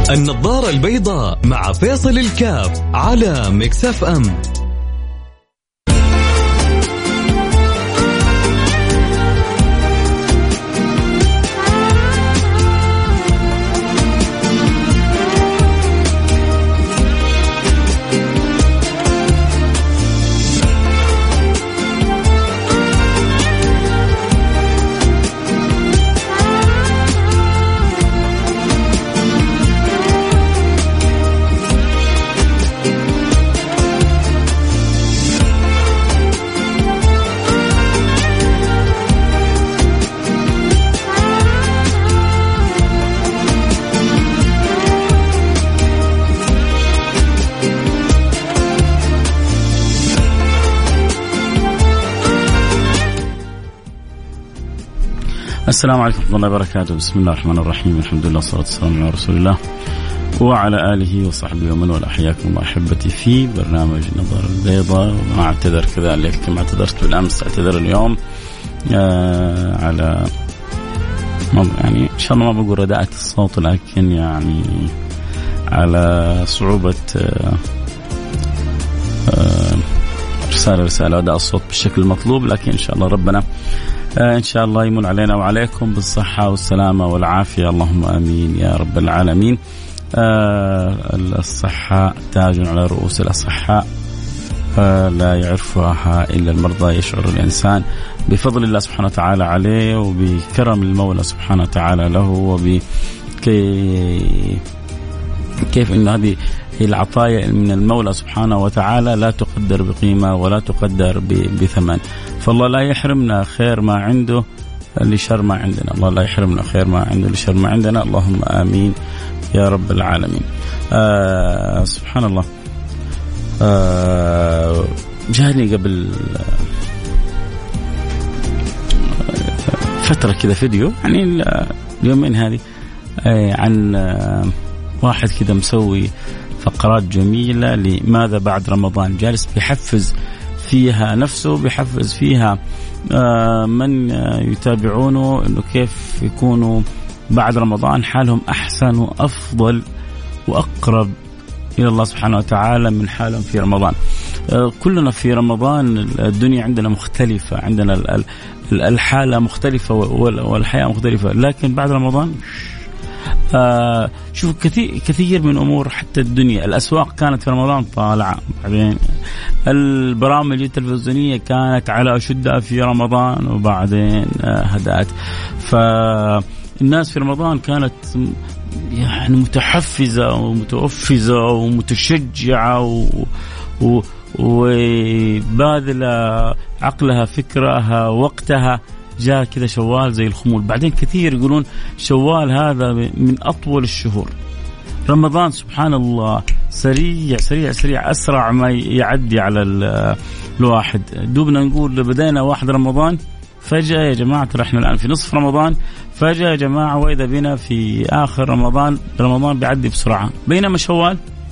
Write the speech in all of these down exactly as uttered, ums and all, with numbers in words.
النظارة البيضاء مع فيصل الكاف على ميكس اف ام. السلام عليكم ورحمة الله وبركاته. بسم الله الرحمن الرحيم. الحمد لله والصلاة والسلام على رسول الله وعلى آله وصحبه ومن والاه. حياكم الله أحبتي في برنامج النظارة البيضاء. ما اعتذر كذلك كما اعتذرت بالأمس اعتذر اليوم آه على يعني إن شاء الله ما بقول رداءة الصوت، لكن يعني على صعوبة آه آه رسالة رسالة أداء الصوت بالشكل المطلوب، لكن إن شاء الله ربنا آه إن شاء الله يمن علينا وعليكم بالصحة والسلامة والعافية، اللهم آمين يا رب العالمين. آه الصحة تاج على رؤوس الأصحاء، آه لا يعرفها إلا المرضى. يشعر الإنسان بفضل الله سبحانه وتعالى عليه وبكرم المولى سبحانه وتعالى له، وبكي كيف إن هذه العطايا من المولى سبحانه وتعالى لا تقدر بقيمة ولا تقدر بثمن. فالله لا يحرمنا خير ما عنده لشر ما عندنا، الله لا يحرمنا خير ما عنده لشر ما عندنا، اللهم آمين يا رب العالمين. آه سبحان الله. آه جاني قبل فترة كذا فيديو يعني اليومين هذه آه عن آه واحد كذا مسوي فقرات جميلة لماذا بعد رمضان، جالس بيحفز فيها نفسه، بيحفز فيها من يتابعونه إنه كيف يكونوا بعد رمضان حالهم أحسن وأفضل وأقرب إلى الله سبحانه وتعالى من حالهم في رمضان. كلنا في رمضان الدنيا عندنا مختلفة، عندنا الحالة مختلفة والحياة مختلفة، لكن بعد رمضان آه شوف كثير كثير من أمور، حتى الدنيا الأسواق كانت في رمضان طالعة، بعدين البرامج التلفزيونية كانت على أشدها في رمضان وبعدين آه هدأت. فالناس في رمضان كانت يعني متحفزة ومتوفزة ومتشجعة و, و وباذلة عقلها فكرها وقتها. جاء كذا شوال زي الخمول، بعدين كثير يقولون شوال هذا من أطول الشهور. رمضان سبحان الله سريع سريع سريع، أسرع ما يعدي على الواحد. دوبنا نقول بدينا واحد رمضان، فجأة يا جماعة ترى احنا الآن في نصف رمضان، فجأة يا جماعة وإذا بنا في آخر رمضان. رمضان بيعدي بسرعة، بينما شوال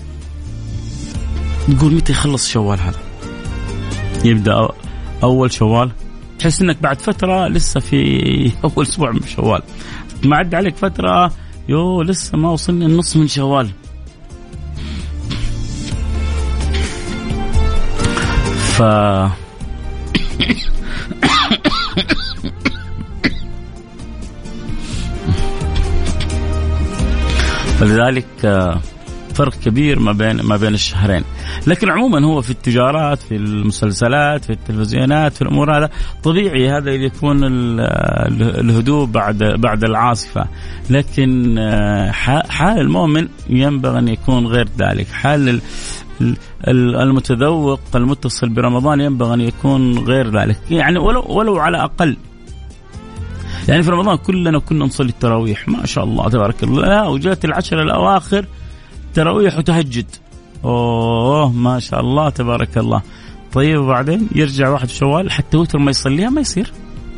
نقول متى يخلص شوال هذا، يبدأ أول شوال تحس انك بعد فترة لسه في اول اسبوع من شوال، ما عد عليك فترة يو لسه ما وصلنا النص من شوال. ف فلذلك فرق كبير ما بين ما بين الشهرين. لكن عموما هو في التجارات، في المسلسلات، في التلفزيونات، في الأمور هذا طبيعي، هذا يكون الهدوء بعد بعد العاصفة. لكن حال المؤمن ينبغي أن يكون غير ذلك. حال المتذوق المتصل برمضان ينبغي أن يكون غير ذلك، يعني ولو ولو على أقل. يعني في رمضان كلنا كنا نصلي التراويح ما شاء الله تبارك الله، وجاءت العشر الأواخر تراويح وتهجد، أوه ما شاء الله تبارك الله. طيب وبعدين يرجع واحد شوال حتى وتر ما يصليها ما يصير.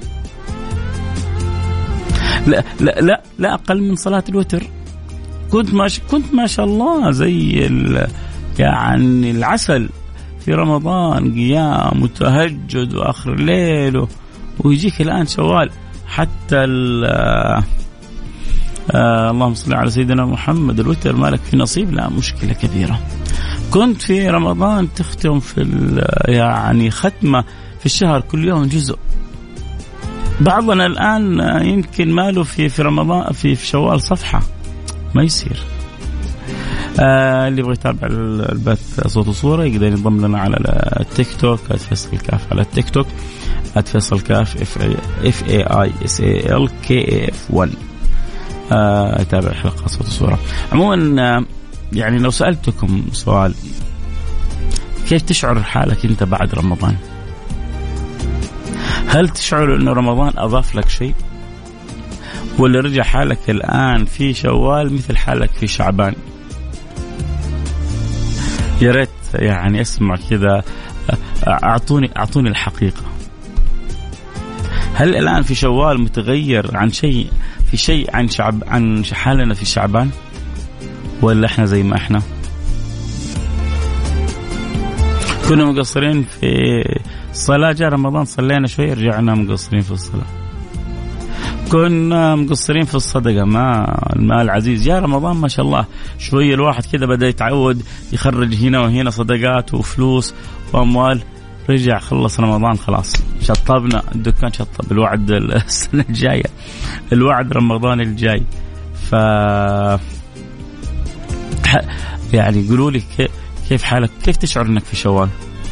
لا لا لا لا أقل من صلاة الوتر. كنت ما كنت ما شاء الله زي يعني العسل في رمضان، قيام وتهجد وآخر الليل، ويجيك الآن شوال حتى آه اللهم صل على سيدنا محمد، الوتر مالك في نصيب، لا مشكلة كبيرة. كنت في رمضان تختم في يعني ختمة في الشهر كل يوم جزء. بعضنا الآن يمكن ماله في في رمضان في في شوال صفحة، ما يصير. آه اللي يبغى يتابع البث صوت وصورة يقدر ينضم لنا على التيك توك @فيصل الكاف، على التيك توك @فيصل الكاف اف اي اي اس اي ال كي اف واحد. آه يتابع الحلقة صوت وصورة. عموما آه يعني لو سألتكم سؤال، كيف تشعر حالك انت بعد رمضان؟ هل تشعر انه رمضان اضاف لك شيء، ولا رجع حالك الان في شوال مثل حالك في شعبان؟ يا ريت يعني اسمع كذا، اعطوني اعطوني الحقيقة. هل الان في شوال متغير عن شيء في شيء عن شعب عن حالنا في شعبان، ولا احنا زي ما احنا؟ كنا مقصرين في الصلاة، جاء رمضان صلينا شوي رجعنا مقصرين في الصلاة. كنا مقصرين في الصدقة، ما المال عزيز، جاء رمضان ما شاء الله شوي الواحد كذا بدأ يتعود يخرج هنا وهنا صدقات وفلوس وأموال. رجع خلص رمضان خلاص شطبنا الدكان، شطب. الوعد السنة الجاية، الوعد رمضان الجاي. ف يعني قولوا لي كيف حالك، كيف تشعر انك في شوال؟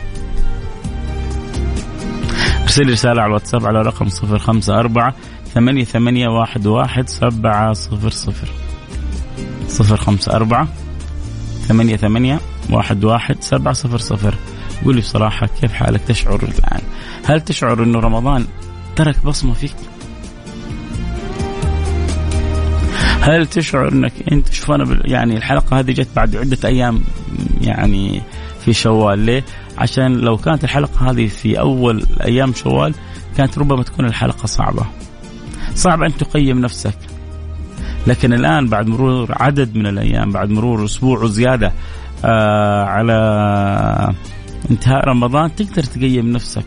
ارسل رسالة على الواتساب على رقم صفر خمسة أربعة ثمانية ثمانية واحد واحد سبعة صفر صفر صفر خمسة أربعة ثمانية ثمانية واحد واحد سبعة صفر صفر. قولي بصراحة كيف حالك، تشعر الآن؟ هل تشعر إنه رمضان ترك بصمة فيك؟ هل تشعر إنك أنت شوف أنا يعني الحلقة هذه جت بعد عدة أيام يعني في شوال. ليه؟ عشان لو كانت الحلقة هذه في أول أيام شوال كانت ربما تكون الحلقة صعبة صعبة أن تقيم نفسك. لكن الآن بعد مرور عدد من الأيام، بعد مرور أسبوع وزيادة آه على انتهاء رمضان، تقدر تقيم نفسك.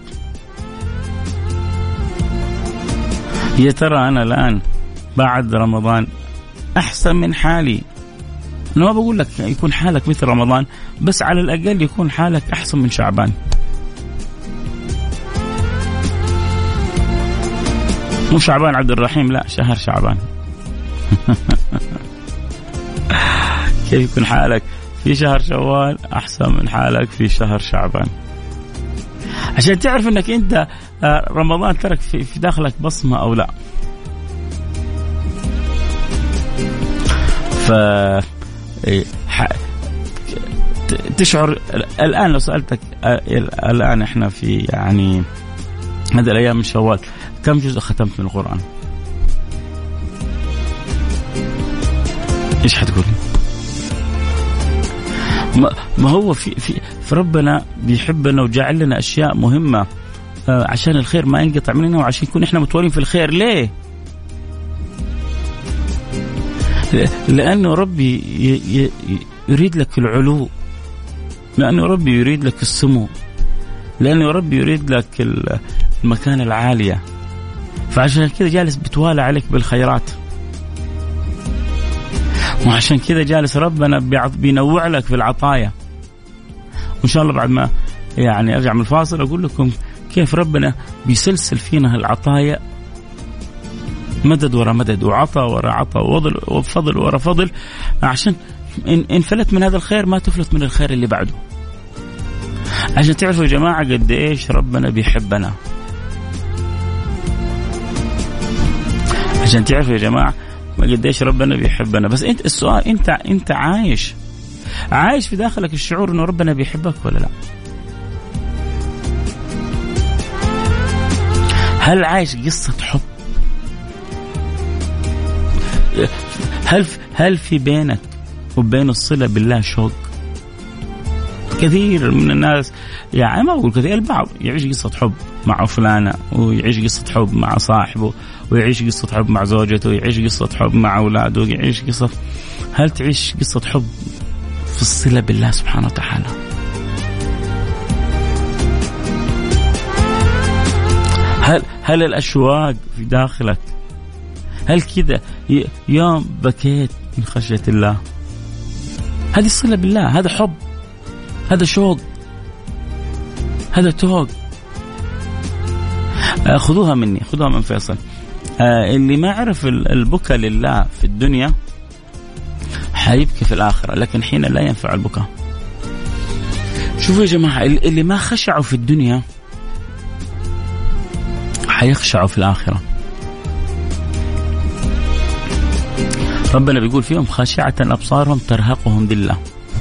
يا ترى أنا الآن بعد رمضان أحسن من حالي؟ أنا ما بقول لك يكون حالك مثل رمضان، بس على الأقل يكون حالك أحسن من شعبان. مو شعبان عبد الرحيم، لا شهر شعبان. كيف يكون حالك في شهر شوال أحسن من حالك في شهر شعبان، عشان تعرف أنك أنت رمضان ترك في داخلك بصمة أو لا. ف تشعر الآن لو سألتك الآن إحنا في يعني هذه الأيام من شوال كم جزء ختمت من القرآن؟ إيش حتقول؟ ما هو في في في ربنا بيحبنا وجعل لنا أشياء مهمة عشان الخير ما ينقطع مننا، وعشان يكون إحنا متولين في الخير. ليه؟ لأنه ربي يريد لك العلو، لأنه ربي يريد لك السمو، لأنه ربي يريد لك المكانة العالية. فعشان كذا جالس بتوالى عليك بالخيرات، وعشان كذا جالس ربنا بينوع لك في العطايا. وإن شاء الله بعد ما يعني أرجع من الفاصل أقول لكم كيف ربنا بيسلسل فينا العطايا مدد ورا مدد، وعطى ورا عطى، وفضل ورا فضل، عشان إن فلت من هذا الخير ما تفلت من الخير اللي بعده. عشان تعرفوا يا جماعة قد إيش ربنا بيحبنا، عشان تعرفوا يا جماعة قد إيش ربنا بيحبنا. بس أنت السؤال، أنت أنت عايش عايش في داخلك الشعور إنه ربنا بيحبك ولا لا؟ هل عايش قصة حب؟ هل هل في بينك وبين الصلة بالله شوق؟ كثير من الناس يعني ما أقول كثير، البعض يعيش قصة حب مع فلانة، ويعيش قصة حب مع صاحبه، ويعيش قصة حب مع زوجته، ويعيش قصة حب مع أولاده، ويعيش قصة. هل تعيش قصة حب في الصلة بالله سبحانه وتعالى؟ هل هل الأشواق في داخلك، هل كذا يوم بكيت من خشية الله؟ هذه صلة بالله، هذا حب، هذا شوق، هذا توق. آه خذوها مني، خذوها من فيصل. آه اللي ما عرف البكاء لله في الدنيا حيبكي في الآخرة، لكن حين لا ينفع البكاء. شوفوا يا جماعة، اللي ما خشعوا في الدنيا حيخشعوا في الآخرة. ربنا بيقول فيهم خاشعة أبصارهم ترهقهم ذلة،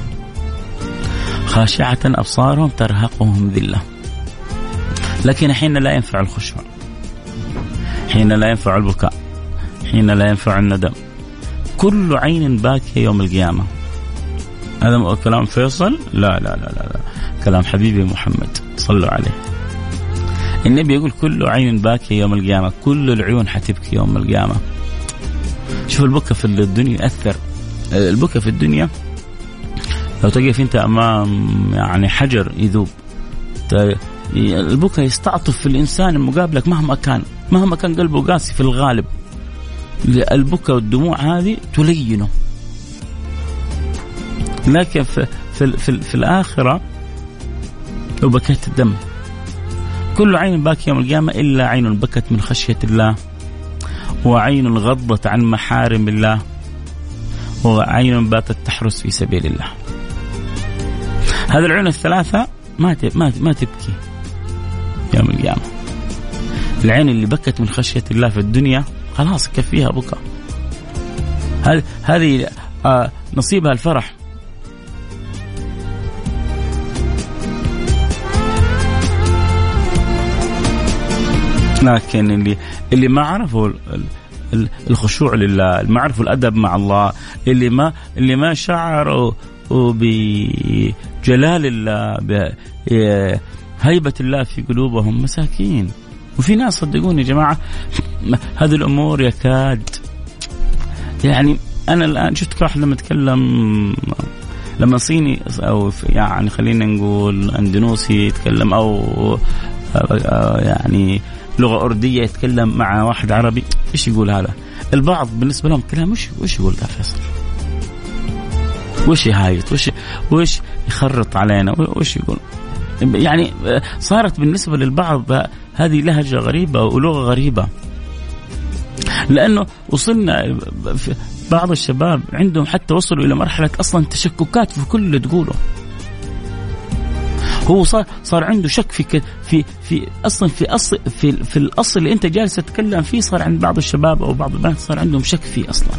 خاشعة أبصارهم ترهقهم ذلة. لكن حين لا ينفع الخشوع، حين لا ينفع البكاء، حين لا ينفع الندم، كل عين باكية يوم القيامة. هذا كلام فيصل؟ لا لا لا لا, لا. كلام حبيبي محمد صلوا عليه. النبي يقول كل عين باكية يوم القيامة، كل العيون حتبكي يوم القيامة. شوف البكاء في الدنيا يأثر. البكاء في الدنيا لو تقف انت امام يعني حجر يذوب. البكاء يستعطف في الانسان المقابلك مهما كان، مهما كان قلبه قاسي في الغالب. البكاء والدموع هذه تلينه. لكن في في في, في الآخرة لو بكيت الدم. كل عين باكي يوم القيامة إلا عين بكت من خشية الله، وعين غضت عن محارم الله، وعين باتت تحرس في سبيل الله. هذه العيون الثلاثة ما ما ما تبكي يوم القيامة. العين اللي بكت من خشية الله في الدنيا خلاص كفيها بكاء. هذه هذه آه نصيبها الفرح. لكن اللي اللي ما عرفوا الخشوع لله، ما عرفوا الأدب مع الله، اللي ما اللي ما شعروا بجلال الله، بهيبة الله في قلوبهم، مساكين. وفي ناس صدقوني يا جماعة هذه الأمور يكاد يعني أنا الآن شفت واحد لما تكلم، لما صيني أو يعني خلينا نقول أندونيسي يتكلم أو يعني لغة أردية يتكلم مع واحد عربي، إيش يقول هذا؟ البعض بالنسبة لهم كلام وش وش يقول ده فيصل؟ وش يهايط؟ وش وش يخرط علينا؟ وش يقول؟ يعني صارت بالنسبة للبعض هذه لهجة غريبة ولغة غريبة، لأنه وصلنا بعض الشباب عندهم حتى وصلوا إلى مرحلة أصلا تشككات في كل اللي تقوله. هو صار صار عنده شك في في في اصلا في اصل في في الاصل اللي انت جالس تتكلم فيه. صار عند بعض الشباب او بعض البنات صار عندهم شك فيه اصلا.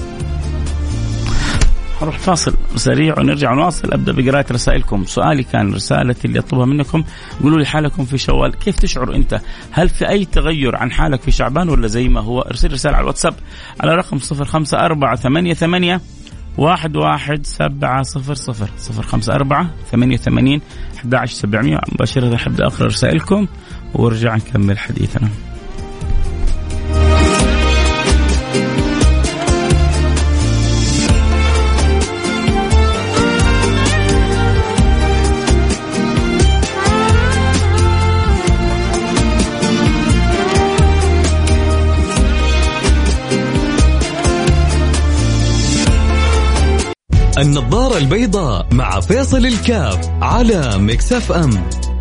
هروح فاصل سريع ونرجع نواصل. ابدا بقراءه رسائلكم. سؤالي كان رسالتي اللي اطلبها منكم، قولوا لي حالكم في شوال كيف تشعر انت؟ هل في اي تغير عن حالك في شعبان ولا زي ما هو؟ ارسل رساله على الواتساب على رقم صفر خمسة أربعة ثمانية ثمانية واحد واحد سبعة صفر صفر صفر خمسة أربعة ثمانية ثمانين أحد عشر سبعمية. مباشرة أحب أقرأ رسائلكم ورجع نكمل حديثنا. النظارة البيضاء مع فيصل الكاف على ميكس اف ام.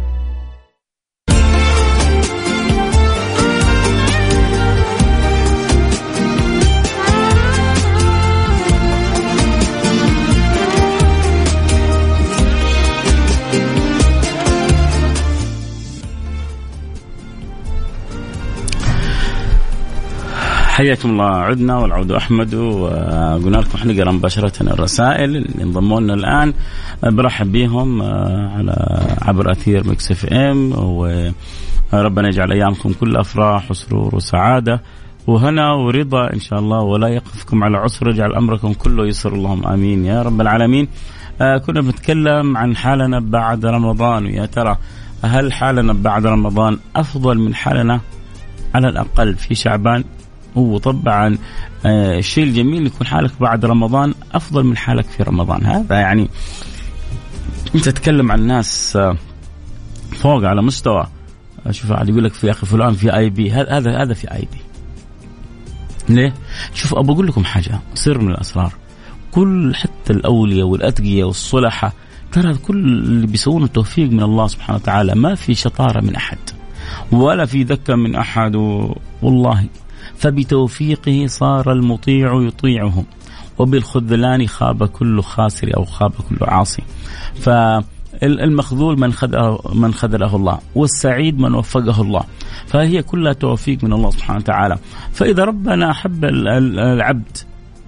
حياكم الله. عدنا والعود أحمد، وقلنا لكم احنا نقرأ مباشرة الرسائل اللي انضموا لنا الآن. برحب بهم على عبر أثير ميكس اف ام، وربنا يجعل أيامكم كل أفراح وسرور وسعادة وهنا ورضا إن شاء الله، ولا يقفكم على عسر، يجعل أمركم كله يسر، اللهم آمين يا رب العالمين. كنا بنتكلم عن حالنا بعد رمضان، ويا ترى هل حالنا بعد رمضان أفضل من حالنا على الأقل في شعبان؟ وطبعا آه الشيء الجميل يكون حالك بعد رمضان أفضل من حالك في رمضان. هذا يعني أنت تتكلم عن ناس آه فوق على مستوى. شوف عاد يقول لك في أخي فلان في آي بي، هذا هذا في آي بي. ليه؟ شوف أبغى أقول لكم حاجة، سر من الأسرار. كل حتى الأولياء والأتقياء والصلحة ترى كل اللي بيسوون التوفيق من الله سبحانه وتعالى، ما في شطارة من أحد ولا في ذكاء من أحد والله. فبتوفيقه صار المطيع يطيعهم، وبالخذلان خاب كل خاسر أو خاب كل عاصي. فالمخذول من خذله من خذله الله، والسعيد من وفقه الله. فهي كلها توفيق من الله سبحانه وتعالى. فإذا ربنا أحب العبد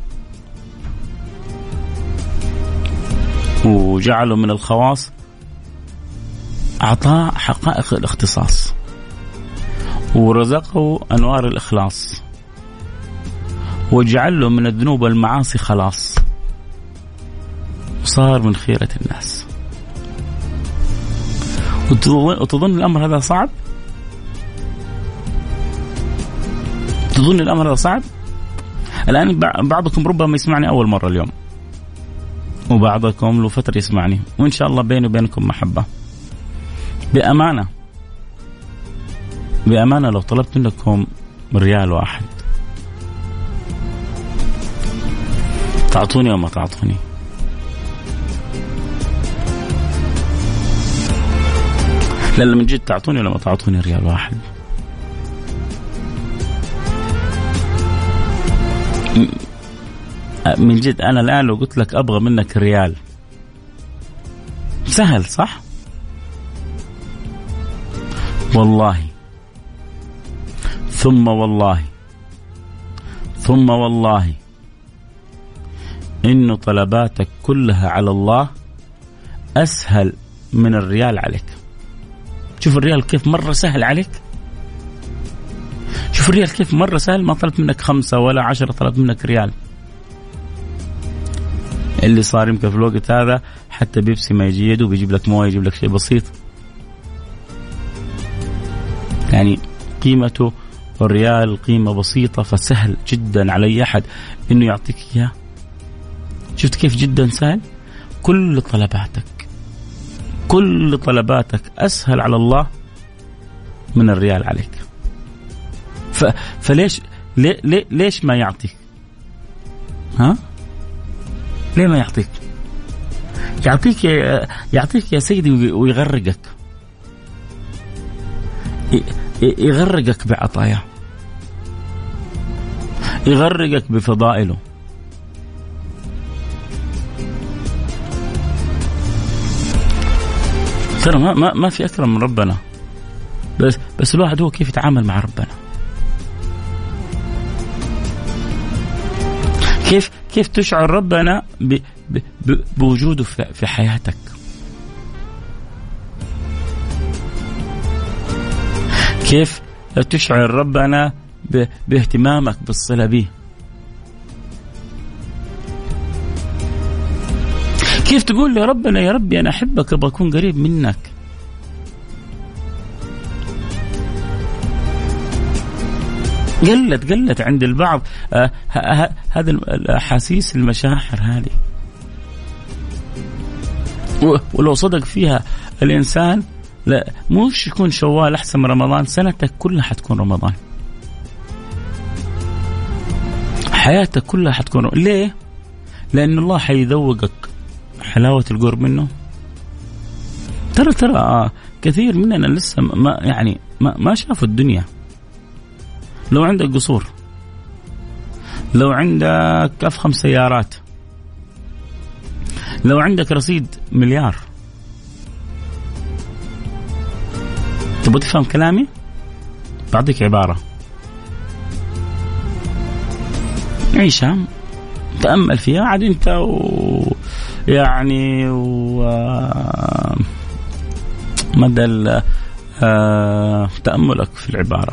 وجعله من الخواص، أعطاه حقائق الاختصاص ورزقه أنوار الإخلاص وجعل له من الذنوب والمعاصي خلاص، وصار من خيرة الناس. وتظن الأمر هذا صعب؟ تظن الأمر هذا صعب؟ الآن بعضكم ربما يسمعني أول مرة اليوم، وبعضكم له فترة يسمعني، وإن شاء الله بيني وبينكم محبة. بأمانة بأمانة لو طلبت منكم ريال واحد تعطوني وما تعطوني؟ لا من جد تعطوني ولا ما تعطوني ريال واحد؟ من جد أنا الآن لو قلت لك أبغى منك ريال، سهل صح؟ والله ثم والله ثم والله إن طلباتك كلها على الله أسهل من الريال عليك. شوف الريال كيف مرة سهل عليك، شوف الريال كيف مرة سهل، ما طلبت منك خمسة ولا عشرة، طلبت منك ريال. اللي صار يمكن في الوقت هذا حتى بيبسي ما يجي يده بيجيب لك مويه، يجيب لك شيء بسيط. يعني قيمته الريال قيمة بسيطة، فسهل جدا على أي أحد إنه يعطيك إياه. شفت كيف جدا سهل؟ كل طلباتك كل طلباتك أسهل على الله من الريال عليك. ف... فليش ليه... ليه... ليش ما يعطيك؟ ها؟ ليه ما يعطيك؟ يعطيك يا... يعطيك يا سيدي ويغرقك، يغرقك بعطاياه، يغرقك بفضائله. ترى ما ما ما في أكرم من ربنا، بس بس الواحد هو كيف يتعامل مع ربنا، كيف كيف تشعر ربنا ب ب ب بوجوده في, في حياتك. كيف تشعر ربنا ب باهتمامك بالصلة به. كيف تقول يا ربنا يا ربي أنا أحبك أبغى أكون قريب منك. قلت قلت عند البعض آه هذا الأحاسيس المشاعر هذه، ولو صدق فيها الإنسان لا مش يكون شوال أحسن من رمضان، سنتك كلها حتكون رمضان، حياتك كلها حتكون. ليه؟ لأن الله حيذوقك حلاوة القرب منه. ترى ترى آه كثير مننا لسه ما يعني ما, ما شافوا الدنيا. لو عندك قصور، لو عندك أفخم سيارات، لو عندك رصيد مليار، تبغى تفهم كلامي؟ بعطيك عبارة عيشها تأمل فيها عاد انت و يعني و مدى تأملك في العبارة.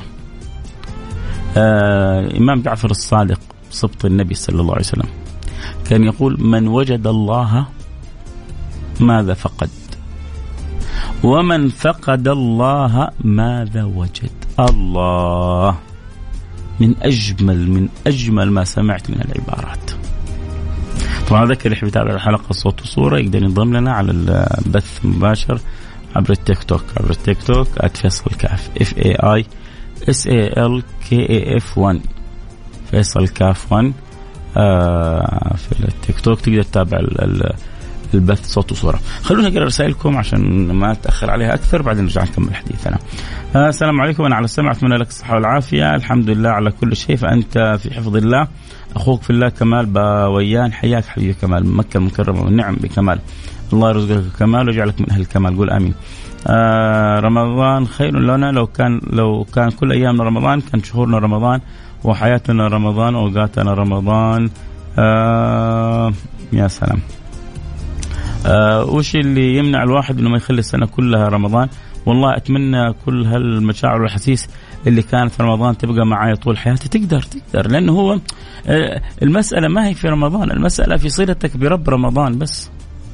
إمام جعفر الصادق سبط النبي صلى الله عليه وسلم كان يقول من وجد الله ماذا فقد، ومن فقد الله ماذا وجد. الله من أجمل من أجمل ما سمعت من العبارات. طبعا ذكر اللي يتابع الحلقة صوت وصورة يقدر ينضم لنا على البث مباشر عبر التيك توك عبر التيك توك @فيصل كاف F A I S A L K A F one فيصل كاف وان آه في التيك توك. تقدر تتابع البث صوت وصورة. خلونا نقرأ رسائلكم عشان ما أتأخر عليها أكثر، بعدين نرجع نكمل حديثنا. آه السلام عليكم، أنا على السمع، أتمنى لك الصحة والعافية، الحمد لله على كل شيء، فأنت في حفظ الله. أخوك في الله كمال باويان، حياك حبيبي كمال، مكة المكرمة والنعم بكمال، الله يرزقك الكمال ويجعلك من أهل الكمال، قول آمين. آه رمضان خير لنا، لو كان لو كان كل أيامنا رمضان كان شهورنا رمضان وحياتنا رمضان وأوقاتنا رمضان. آه يا سلام. آه وش اللي يمنع الواحد إنه ما يخلي السنة كلها رمضان؟ والله أتمنى كل هالمشاعر والحسيس اللي كانت في رمضان تبقى معايا طول حياتي. تقدر تقدر لأنه هو آه المسألة ما هي في رمضان، المسألة في صلتك برب رمضان بس.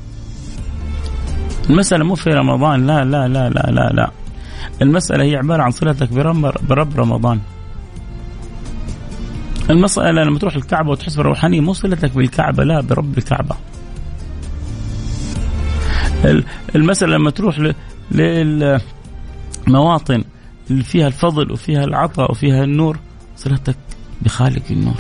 المسألة مو في رمضان، لا لا لا لا لا لا المسألة هي عبارة عن صلتك برب, برب رمضان. المسألة لما تروح الكعبة وتحس بالروحانية مو صلتك بالكعبة، لا برب الكعبة. المسألة لما تروح للمواطن اللي فيها الفضل وفيها العطاء وفيها النور، صلتك بخالق النور.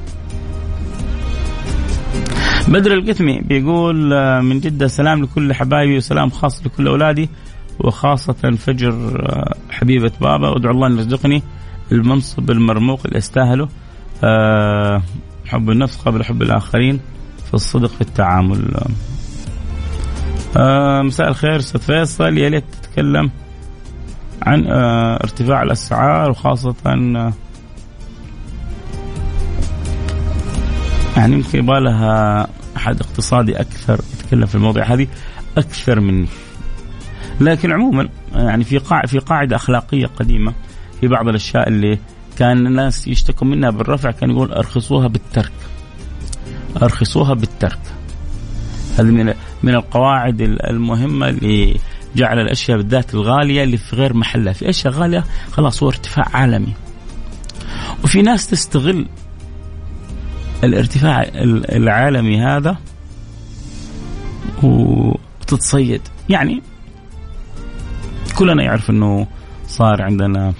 بدر القثمي بيقول من جدة، سلام لكل حبايبي وسلام خاص لكل أولادي وخاصة فجر حبيبة بابا، وادعو الله أن يرزقني المنصب المرموق اللي استاهله، حب النفس قبل حب الآخرين، في الصدق في التعامل. مساء الخير أستاذ فيصل، يا ليت تتكلم عن ارتفاع الأسعار وخاصة يعني يمكن يبغى لها أحد اقتصادي أكثر يتكلم في الموضوع هذه أكثر مني. لكن عموما يعني في قاع في قاعدة أخلاقية قديمة في بعض الأشياء اللي كان الناس يشتكوا منها بالرفع، كان يقول أرخصوها بالترك، أرخصوها بالترك. هذه من من القواعد المهمة اللي جعل الأشياء بالذات الغالية اللي في غير محلها. في أشياء غالية خلاص هو ارتفاع عالمي، وفي ناس تستغل الارتفاع العالمي هذا وتتصيد. يعني كلنا يعرف أنه صار عندنا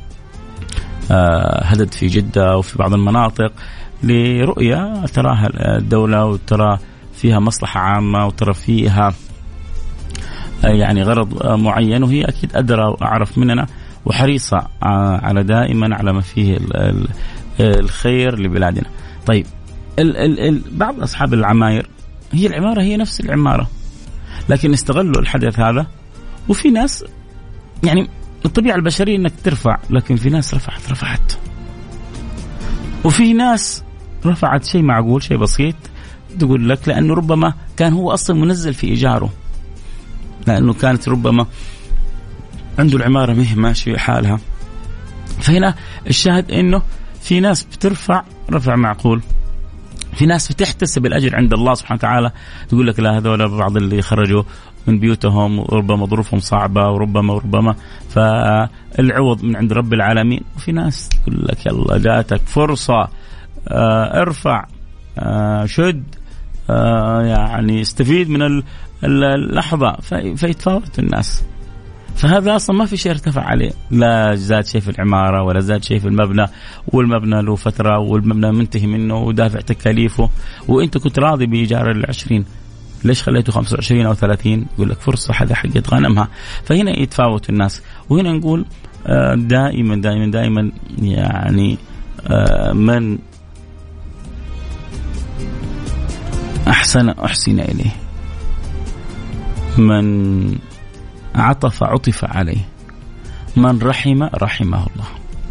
هدد في جدة وفي بعض المناطق لرؤية تراها الدولة وترى فيها مصلحة عامة وترى فيها يعني غرض معين، وهي أكيد أدرى وأعرف مننا وحريصة على دائما على ما فيه الخير لبلادنا. طيب ال ال ال بعض أصحاب العماير هي العمارة هي نفس العمارة، لكن استغلوا الحدث هذا. وفي ناس يعني الطبيعة البشرية إنك ترفع، لكن في ناس رفعت رفعت وفي ناس رفعت شيء معقول شيء بسيط، تقول لك لأنه ربما كان هو أصلا منزل في إيجاره، لأنه كانت ربما عنده العمارة مه ماشي حالها. فهنا الشاهد إنه في ناس بترفع رفع معقول، في ناس بتحتسب الأجر عند الله سبحانه وتعالى، تقول لك لا هذول بعض اللي خرجوا من بيوتهم وربما ظروفهم صعبة وربما وربما فالعوض من عند رب العالمين. وفي ناس تقول لك يلا جاتك فرصة آه ارفع آه شد آه يعني استفيد من اللحظة، فيتفاوت الناس. فهذا أصلا ما في شيء ارتفع عليه، لا زاد شيء في العمارة ولا زاد شيء في المبنى، والمبنى له فترة والمبنى منتهي منه ودافع تكاليفه، وانت كنت راضي بإيجار العشرين، ليش خليته خمسة وعشرين أو ثلاثين؟ يقول لك فرصة هذا حقت غنمها. فهنا يتفاوت الناس. وهنا نقول دائما دائما دائما يعني من أحسن أحسن إليه، من عطف عطف عليه، من رحم رحمه الله.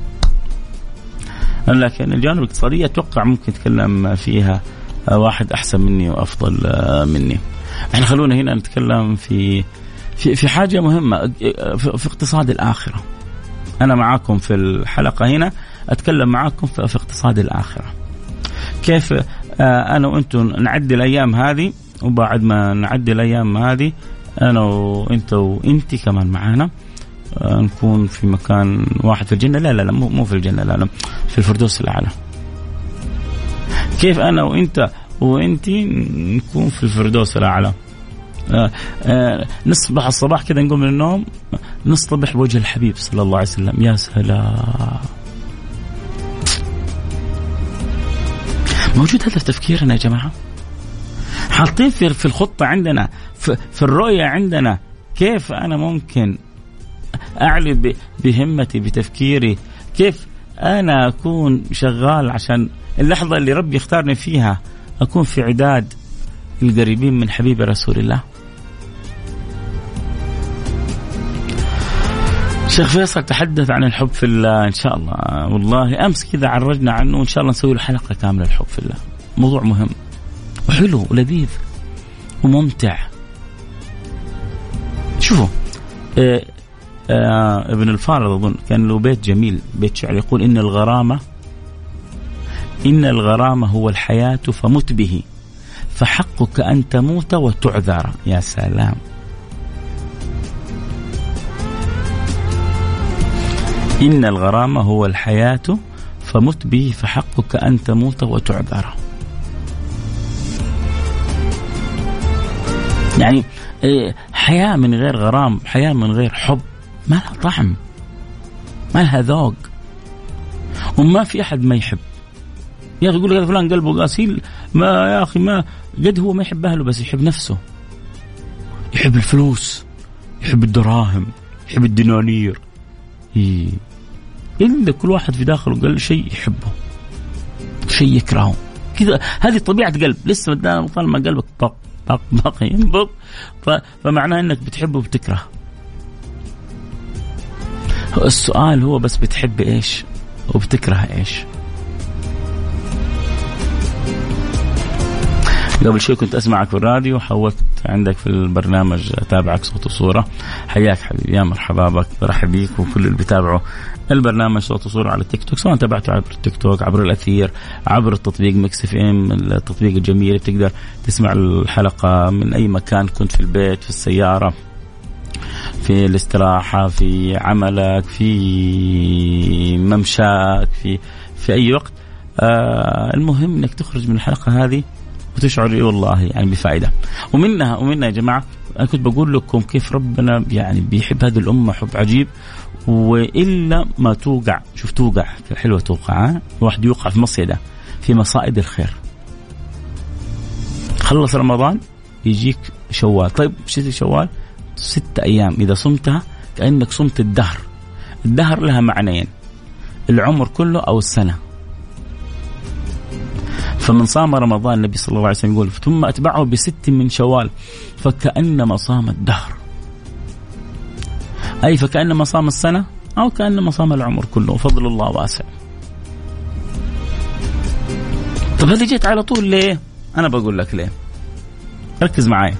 لكن الجانب الاقتصادي أتوقع ممكن يتكلم فيها واحد أحسن مني وأفضل مني. احنا خلونا هنا نتكلم في في في حاجة مهمة في اقتصاد الآخرة. أنا معاكم في الحلقة هنا أتكلم معاكم في, في اقتصاد الآخرة، كيف أنا وأنتم نعدي الأيام هذه، وبعد ما نعدي الأيام هذه أنا وأنت وأنت كمان معانا نكون في مكان واحد في الجنة. لا لا لا مو في الجنة، لا لا في الفردوس الأعلى. كيف أنا وأنت وأنت نكون في الفردوس الأعلى؟ آه آه نصبح الصباح كذا نقوم من النوم نصطبح بوجه الحبيب صلى الله عليه وسلم. يا سلام موجود هذا في تفكيرنا يا جماعة. حاطين في في الخطة عندنا، في, في الرؤية عندنا، كيف أنا ممكن أعلي بهمتي بتفكيري، كيف أنا أكون شغال عشان اللحظة اللي ربي يختارني فيها أكون في عداد القريبين من حبيب رسول الله. شيخ فيصل تحدث عن الحب في الله إن شاء الله، والله أمس كذا عرجنا عنه، وإن شاء الله نسوي له حلقة كاملة الحب في الله. موضوع مهم وحلو ولذيذ وممتع. شوفوا آه آه ابن الفارض أظن كان له بيت جميل، بيت شعر يقول: إن الغرامة إن الغرامة هو الحياة فمت به، فحقك أن تموت وتعذر. يا سلام. إن الغرامة هو الحياة فمت به، فحقك أن تموت وتعذر. يعني حياة من غير غرام، حياة من غير حب ما لها طعم، ما لها ذوق، وما في أحد ما يحب. يا أخي يقول لك فلان قلبه قاسي، ما يا أخي ما قد هو ما يحب أهله، بس يحب نفسه، يحب الفلوس، يحب الدراهم، يحب الدنانير. إيه. إلا كل واحد في داخله قال شيء يحبه، شيء يكرهه كذا. هذه طبيعة قلب. لسه مدانا طالما قلبك بق بق بق ينبض، فمعناه إنك بتحبه وبتكره. السؤال هو بس بتحب إيش وبتكره إيش. قبل شوي كنت أسمعك في الراديو، حولت عندك في البرنامج أتابعك صوت وصورة. حياك حبيبي، يا مرحبا بك، برحب بيك وكل اللي بيتابعوا البرنامج صوت وصورة على التيك توك، سواء تابعته عبر التيك توك، عبر الأثير، عبر التطبيق ميكس اف ام، التطبيق الجميل بتقدر تسمع الحلقة من أي مكان كنت، في البيت، في السيارة، في الاستراحة، في عملك، في ممشاك، في في أي وقت. آه المهم إنك تخرج من الحلقة هذه وتشعر إيه والله يعني بفائدة. ومنها ومنها يا جماعة أنا كنت بقول لكم كيف ربنا يعني بيحب هذه الأمة حب عجيب، وإلا ما توقع. شوف توقع حلوة توقع، ها؟ واحد يوقع في مصيدة في مصائد الخير. خلص رمضان يجيك شوال. طيب شتي شوال ست أيام، إذا صمتها كأنك صمت الدهر. الدهر لها معنيين: العمر كله أو السنة. فمن صام رمضان النبي صلى الله عليه وسلم يقول ثم أتبعه بست من شوال فكأنما صام الدهر، أي فكأنما صام السنة أو كأنما صام العمر كله، وفضل الله واسع. طب هذه جيت على طول ليه؟ أنا بقول لك ليه، ركز معايا.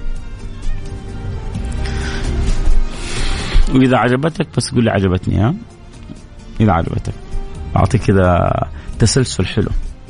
وإذا عجبتك بس قول لي عجبتني، ها؟ إذا عجبتك أعطيك كذا تسلسل حلو.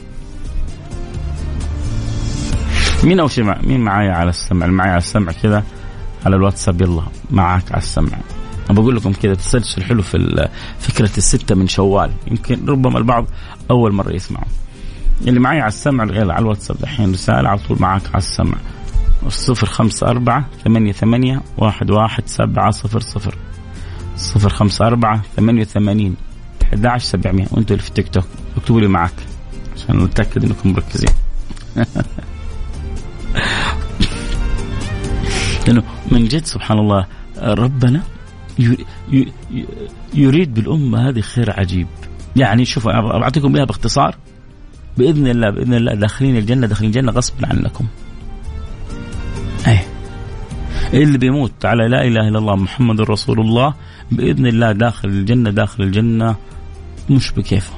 مين أول شيء مع... مين معايا على السمع؟ معايا على السمع كذا على الواتساب، يلا معاك على السمع. أنا بقول لكم كذا تسلسل حلو في فكرة الستة من شوال، يمكن ربما البعض أول مرة يسمعوا. اللي معايا على السمع يلا على الواتساب الحين رسالة على طول معاك على السمع: صفر خمسة أربعة ثمانية ثمانية واحد واحد سبعة صفر صفر صفر خمسة أربعة ثمانية ثمانين أحد عشر سبعمية. وأنتوا اللي في التيك توك اكتبوا لي معاك عشان نتأكد إنكم مركزين. لأنه من جد سبحان الله ربنا يريد بالأمة هذه خير عجيب. يعني شوفوا أعطيكم بها باختصار، بإذن الله بإذن الله داخلين الجنة، داخلين الجنة غصب عنكم. أي اللي بيموت على لا إله إلا الله محمد رسول الله بإذن الله داخل الجنة، داخل الجنة مش بكيفه.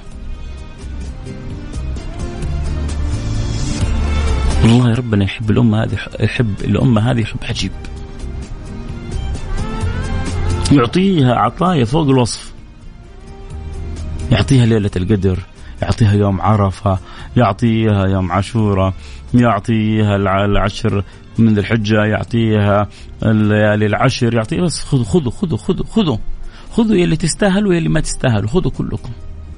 والله ربنا يحب الأمة هذه، يحب الأمة هذه حب عجيب، يعطيها عطايا فوق الوصف. يعطيها ليلة القدر، يعطيها يوم عرفة، يعطيها يوم عاشوراء، يعطيها العشر من ذي الحجة، يعطيها الليالي العشر، يعطيها. بس خذوا خذوا خذوا خذوا خذوا خذوا يلي تستاهلوا يلي ما تستاهلوا، خذوا كلكم.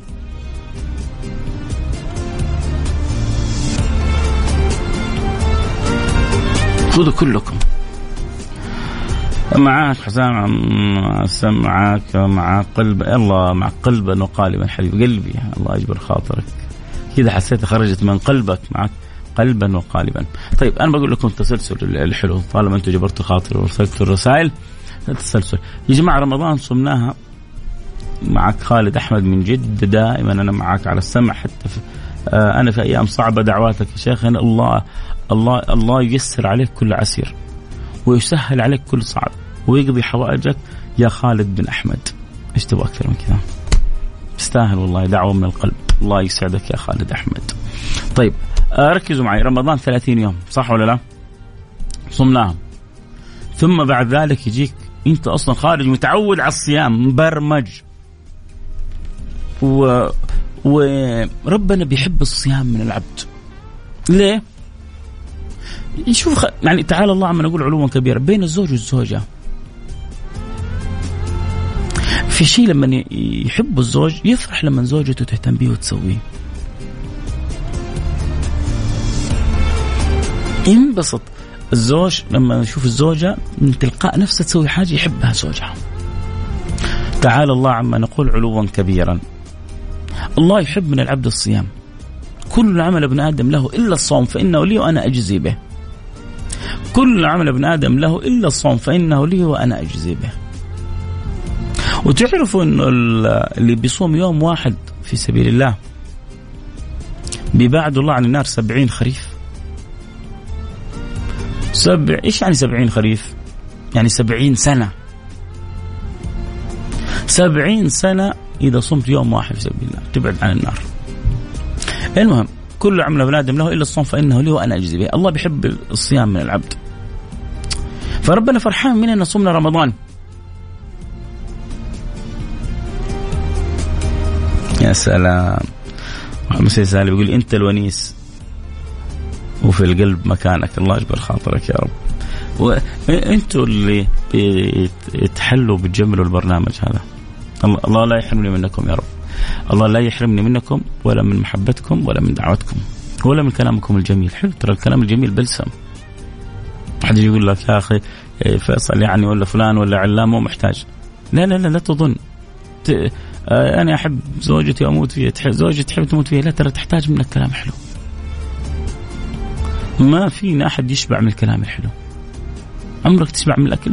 خذوا كلكم. معاك حسام، معاك مع قلب الله، مع قلبا وقالبا حبيب قلبي، الله يجبر خاطرك. كذا حسيت خرجت من قلبك معك قلبا وقالبا. طيب أنا بقول لكم تسلسل الحلو، طالما أنتم جبرتوا خاطر ورسلتوا الرسائل. التسلسل يا جماعة، رمضان صمناها معك خالد أحمد من جد، دائما أنا معك على السمع، حتى في آه أنا في أيام صعبة دعواتك يا شيخ، أنا الله الله الله ييسر عليك كل عسير ويسهل عليك كل صعب ويقضي حوائجك يا خالد بن أحمد. إيش تبغى أكثر من كذا؟ تستاهل والله، دعوة من القلب. الله يسعدك يا خالد أحمد. طيب آه ركزوا معي، رمضان ثلاثين يوم صح ولا لا؟ صمناهم، ثم بعد ذلك يجيك أنت أصلا خارج متعود على الصيام مبرمج، و... وربنا بيحب الصيام من العبد. ليه؟ شوف خ... يعني تعالى الله عما نقول علوا كبيرة بين الزوج والزوجة. في شيء لما يحب الزوج يفرح لما زوجته تهتم به وتسويه، ينبسط الزوج لما يشوف الزوجة من تلقاء نفسها تسوي حاجة يحبها زوجها. تعالى الله عما نقول علوا كبيرا. الله يحب من العبد الصيام. كل عمل ابن آدم له إلا الصوم فإنه لي وأنا أجزي به. كل عمل ابن آدم له إلا الصوم فإنه لي وأنا أجزي به. وتعرفوا أنه اللي بيصوم يوم واحد في سبيل الله بيبعد الله عن النار سبعين خريف. سبع إيش يعني سبعين خريف؟ يعني سبعين سنة. سبعين سنة إذا صمت يوم واحد في سبيل الله تبعد عن النار. المهم كل عمل ابن آدم له إلا الصوم فإنه لي وأنا أجزي به. الله بيحب الصيام من العبد، فربنا فرحان مننا صمنا رمضان. يا سلام. مسيح سالي بيقول أنت الونيس وفي القلب مكانك. الله يجبر خاطرك يا رب. وأنتوا اللي يتحلوا بتجملوا البرنامج هذا. الله لا يحرمني منكم يا رب. الله لا يحرمني منكم ولا من محبتكم ولا من دعوتكم ولا من كلامكم الجميل. حلو ترى الكلام الجميل بلسم. أحد يقول لك يا أخي فيصل يعني ولا فلان ولا علام مو محتاج. لا لا لا لا تظن ت... أنا أحب زوجتي وأموت فيها، تح... زوجتي تحب تموت فيها. لا ترى تحتاج منك كلام حلو. ما فينا أحد يشبع من الكلام الحلو. عمرك تشبع من الأكل؟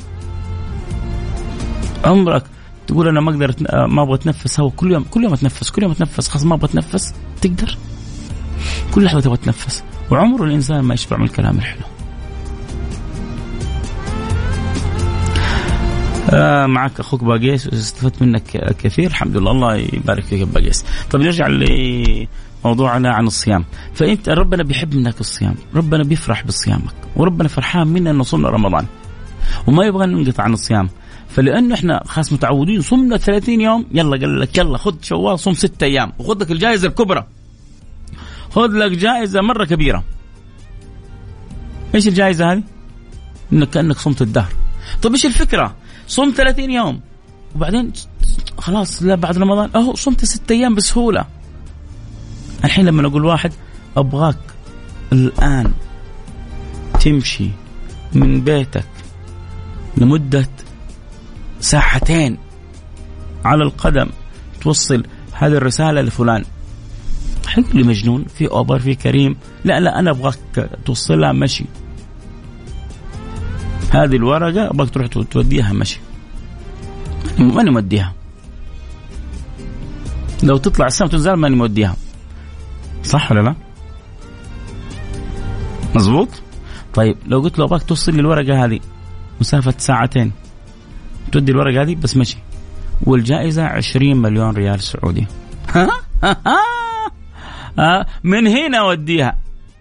عمرك تقول أنا ما أقدر ما أبغى أتنفس هوا كل يوم كل يوم أتنفس كل يوم أتنفس خلاص ما أبغى أتنفس؟ تقدر؟ كل لحظة تبغى تتنفس. وعمره الإنسان ما يشبع من الكلام الحلو. آه معك أخوك باقيس استفدت منك كثير الحمد لله. الله يبارك فيك باقيس. طب نرجع لموضوعنا عن الصيام. فأنت ربنا بيحب منك الصيام، ربنا بيفرح بصيامك، وربنا فرحان منا أن صمنا رمضان وما يبغى ننقطع عن الصيام. فلأنه إحنا خاص متعودين صمنا ثلاثين يوم، يلا قال لك يلا خذ شوال صم ستة أيام وخذ لك الجائزة الكبرى، خذ لك جائزة مرة كبيرة. إيش الجائزة هذه؟ إنك كأنك صمت الدهر. طب إيش الفكرة؟ صمت ثلاثين يوم وبعدين خلاص لا بعد رمضان أهو صمت ستة أيام بسهولة. الحين لما نقول واحد أبغاك الآن تمشي من بيتك لمدة ساعتين على القدم توصل هذه الرسالة لفلان، حيقول لي مجنون في أوبر في كريم. لا لا أنا أبغاك توصلها مشي. هذه الورقة أبغاك تروح توديها مشي، ماني موديها. لو تطلع السما تنزل ماني موديها. صح ولا لا؟ مزبوط. طيب لو قلت له أبغاك توصل لي الورقة هذه مسافة ساعتين تودي الورقة هذه بس مشي، والجائزة عشرين مليون ريال سعودي. من هنا أوديها.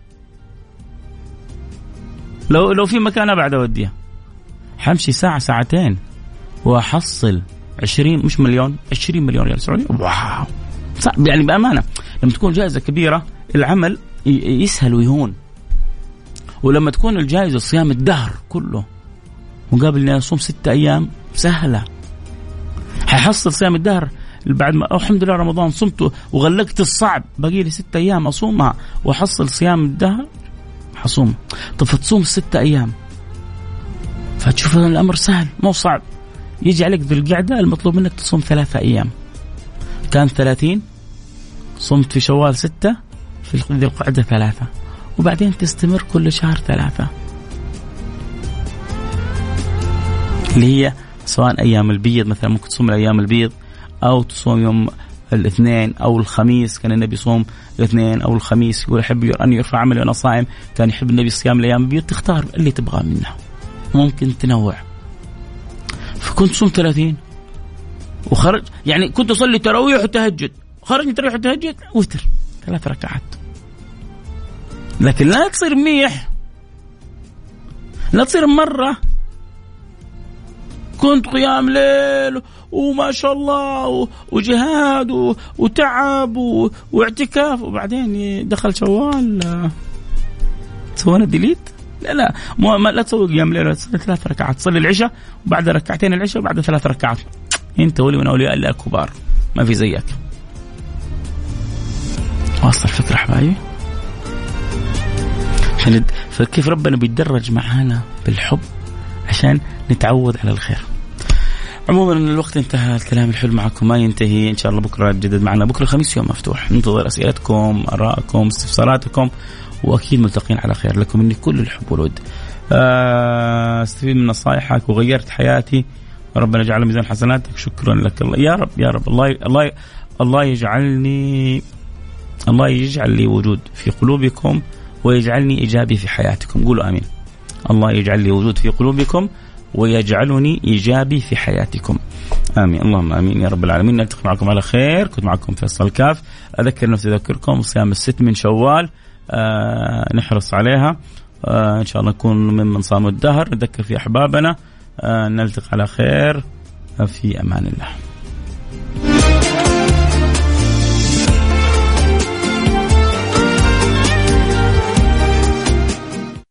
لو لو في مكان أبعد أوديها. حمشي ساعة ساعتين وأحصل عشرين مش مليون عشرين مليون ريال سعودي. واو. يعني بأمانة لما تكون جائزة كبيرة العمل يسهل ويهون. ولما تكون الجائزة صيام الدهر كله مقابل أن أصوم ستة أيام سهلة. حيحصل صيام الدهر بعد ما الحمد لله رمضان صمت وغلقت الصعب باقي لي ستة أيام أصومها وحصل صيام الدهر حصوم. طب فتصوم ستة أيام فتشوف الأمر سهل مو صعب. يجي عليك ذي القعدة المطلوب منك تصوم ثلاثة أيام. كان ثلاثين صمت في شوال ستة، في ذي القعدة ثلاثة، وبعدين تستمر كل شهر ثلاثة، اللي هي سواء أيام البيض مثلا ممكن تصوم الأيام البيض، أو تصوم يوم الاثنين أو الخميس. كان النبي يصوم الاثنين أو الخميس، يقول أحب أن يرفع عملي وأنا صائم. كان يحب النبي صيام الأيام البيض. تختار اللي تبغاه منها، ممكن تنوع. فكنت صوم ثلاثين وخرج، يعني كنت أصلي تراويح وتهجد، خرج من تراويح وتهجد وتر ثلاث ركعات. لكن لا تصير ميح، لا تصير مرة كنت قيام ليل وما شاء الله وجهاد وتعب واعتكاف، وبعدين دخل شوال سوينا ديليت. لا لا ما لا تسوي قيام ليل، تصلي ثلاث ركعات، تصلي العشاء وبعد ركعتين العشاء وبعد ثلاث ركعات. انت ولي من اولياء الله الكبار، ما في زيك. واصل الفكرة حبايبي؟ فكيف ربنا بيتدرج معانا بالحب عشان نتعود على الخير. عموما الوقت انتهى، الكلام الحلو معكم ما ينتهي. ان شاء الله بكره نجدد معنا، بكره الخميس يوم مفتوح، ننتظر اسئلتكم، ارائكم، استفساراتكم، واكيد ملتقين على خير. لكم مني كل الحب والود. استفيد من نصائحك وغيرت حياتي، ربنا يجعل ميزان حسناتك. شكرا لك الله يا رب يا رب. الله الله الله يجعلني الله يجعل لي وجود في قلوبكم ويجعلني إيجابي في حياتكم. قولوا آمين. الله يجعل لي وجود في قلوبكم ويجعلني إيجابي في حياتكم. آمين اللهم آمين يا رب العالمين. نلتقي معكم على خير. كنت معكم فيصل كاف. أذكر نفسي أذكركم صيام الست من شوال، آه نحرص عليها، آه إن شاء الله نكون ممن صاموا الدهر، نذكر في أحبابنا. آه نلتقي على خير، في أمان الله.